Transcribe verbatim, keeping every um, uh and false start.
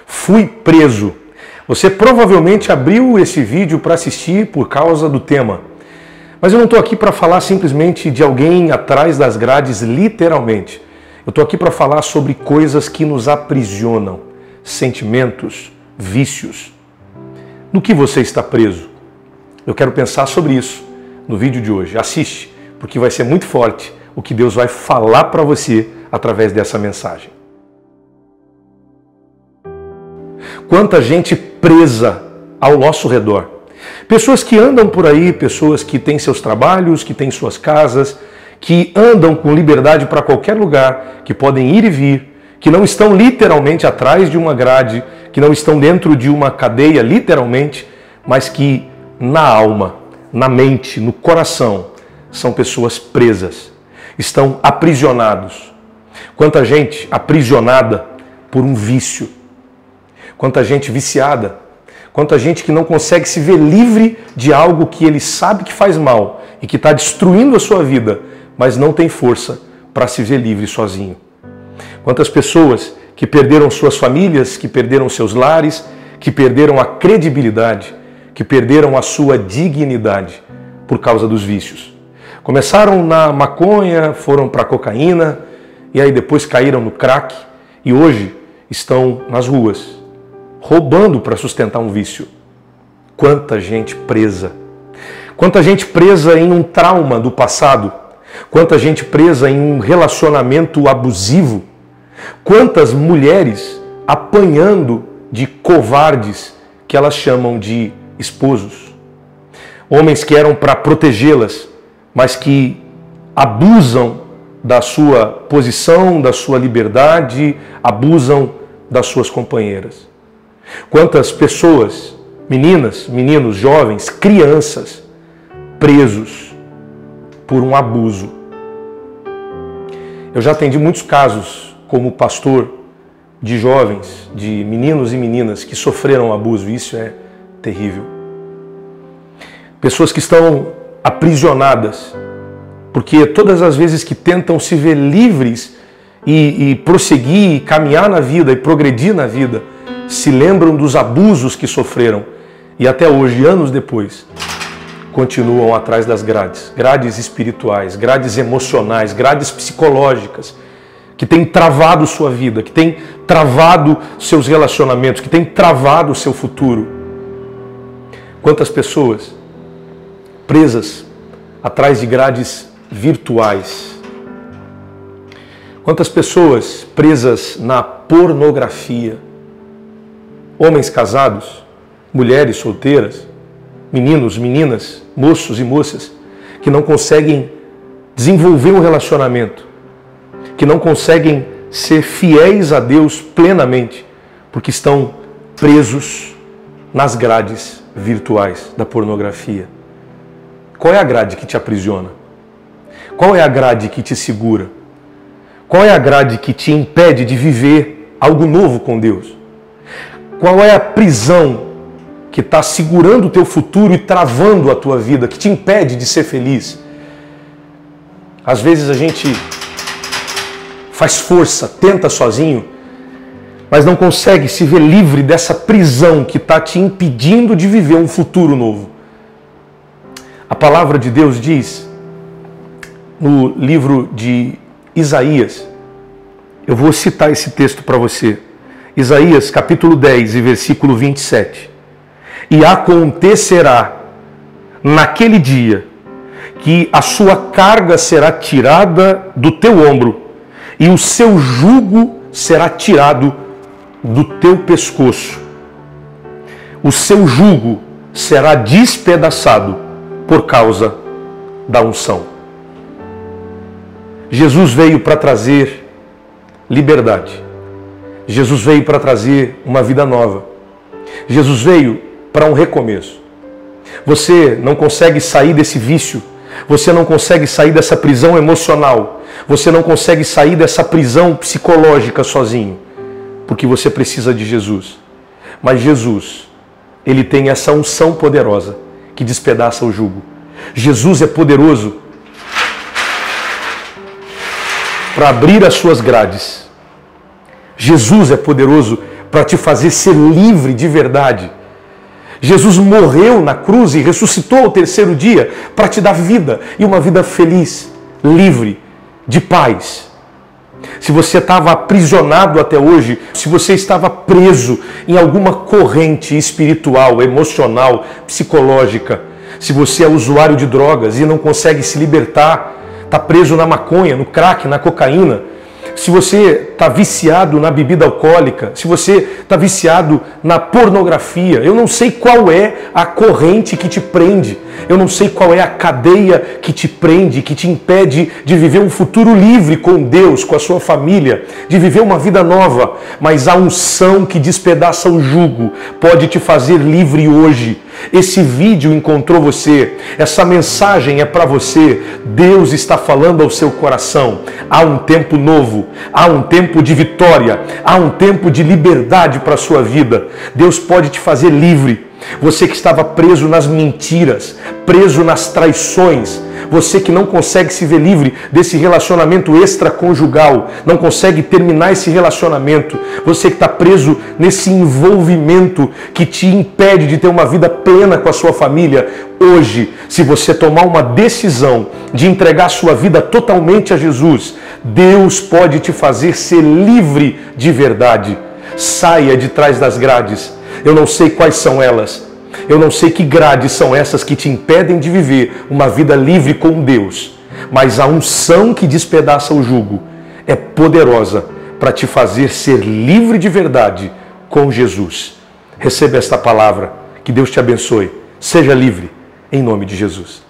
Fui preso. Você provavelmente abriu esse vídeo para assistir por causa do tema. Mas eu não estou aqui para falar simplesmente de alguém atrás das grades, literalmente. Eu estou aqui para falar sobre coisas que nos aprisionam, sentimentos, vícios. No que você está preso? Eu quero pensar sobre isso no vídeo de hoje. Assiste, porque vai ser muito forte o que Deus vai falar para você através dessa mensagem. Quanta gente presa ao nosso redor. Pessoas que andam por aí, pessoas que têm seus trabalhos, que têm suas casas, que andam com liberdade para qualquer lugar, que podem ir e vir, que não estão literalmente atrás de uma grade, que não estão dentro de uma cadeia, literalmente, mas que na alma, na mente, no coração, são pessoas presas, estão aprisionados. Quanta gente aprisionada por um vício, quanta gente viciada, quanta gente que não consegue se ver livre de algo que ele sabe que faz mal e que está destruindo a sua vida, mas não tem força para se ver livre sozinho. Quantas pessoas que perderam suas famílias, que perderam seus lares, que perderam a credibilidade, que perderam a sua dignidade por causa dos vícios. Começaram na maconha, foram para a cocaína e aí depois caíram no crack e hoje estão nas ruas, roubando para sustentar um vício. Quanta gente presa. Quanta gente presa em um trauma do passado. Quanta gente presa em um relacionamento abusivo. Quantas mulheres apanhando de covardes que elas chamam de esposos. Homens que eram para protegê-las, mas que abusam da sua posição, da sua liberdade, abusam das suas companheiras. Quantas pessoas, meninas, meninos, jovens, crianças, presos por um abuso. Eu já atendi muitos casos como pastor de jovens, de meninos e meninas que sofreram abuso. Isso é terrível. Pessoas que estão aprisionadas, porque todas as vezes que tentam se ver livres e, e prosseguir, e caminhar na vida e progredir na vida, se lembram dos abusos que sofreram e até hoje, anos depois, continuam atrás das grades, grades espirituais, grades emocionais, grades psicológicas, que têm travado sua vida, que têm travado seus relacionamentos, que têm travado o seu futuro. Quantas pessoas presas atrás de grades virtuais. Quantas pessoas presas na pornografia. Homens casados, mulheres solteiras, meninos, meninas, moços e moças que não conseguem desenvolver um relacionamento, que não conseguem ser fiéis a Deus plenamente, porque estão presos nas grades virtuais da pornografia. Qual é a grade que te aprisiona? Qual é a grade que te segura? Qual é a grade que te impede de viver algo novo com Deus? Qual é a prisão que está segurando o teu futuro e travando a tua vida, que te impede de ser feliz? Às vezes a gente faz força, tenta sozinho, mas não consegue se ver livre dessa prisão que está te impedindo de viver um futuro novo. A palavra de Deus diz, no livro de Isaías, eu vou citar esse texto para você, Isaías capítulo dez e versículo vinte e sete. E acontecerá naquele dia que a sua carga será tirada do teu ombro e o seu jugo será tirado do teu pescoço. O seu jugo será despedaçado por causa da unção. Jesus veio para trazer liberdade. Jesus veio para trazer uma vida nova. Jesus veio para um recomeço. Você não consegue sair desse vício. Você não consegue sair dessa prisão emocional. Você não consegue sair dessa prisão psicológica sozinho. Porque você precisa de Jesus. Mas Jesus, Ele tem essa unção poderosa que despedaça o jugo. Jesus é poderoso para abrir as suas grades. Jesus é poderoso para te fazer ser livre de verdade. Jesus morreu na cruz e ressuscitou ao terceiro dia para te dar vida, e uma vida feliz, livre, de paz. Se você estava aprisionado até hoje, se você estava preso em alguma corrente espiritual, emocional, psicológica, se você é usuário de drogas e não consegue se libertar, está preso na maconha, no crack, na cocaína, se você está viciado na bebida alcoólica, se você está viciado na pornografia, eu não sei qual é a corrente que te prende, eu não sei qual é a cadeia que te prende, que te impede de viver um futuro livre com Deus, com a sua família, de viver uma vida nova, mas a unção que despedaça o jugo pode te fazer livre hoje. Esse vídeo encontrou você, essa mensagem é para você. Deus está falando ao seu coração. Há um tempo novo, há um tempo de vitória, há um tempo de liberdade para a sua vida. Deus pode te fazer livre. Você que estava preso nas mentiras, preso nas traições, você que não consegue se ver livre desse relacionamento extraconjugal, não consegue terminar esse relacionamento, você que está preso nesse envolvimento que te impede de ter uma vida plena com a sua família, hoje, se você tomar uma decisão de entregar a sua vida totalmente a Jesus, Deus pode te fazer ser livre de verdade. Saia de trás das grades. Eu não sei quais são elas. Eu não sei que grades são essas que te impedem de viver uma vida livre com Deus. Mas a unção que despedaça o jugo é poderosa para te fazer ser livre de verdade com Jesus. Receba esta palavra. Que Deus te abençoe. Seja livre em nome de Jesus.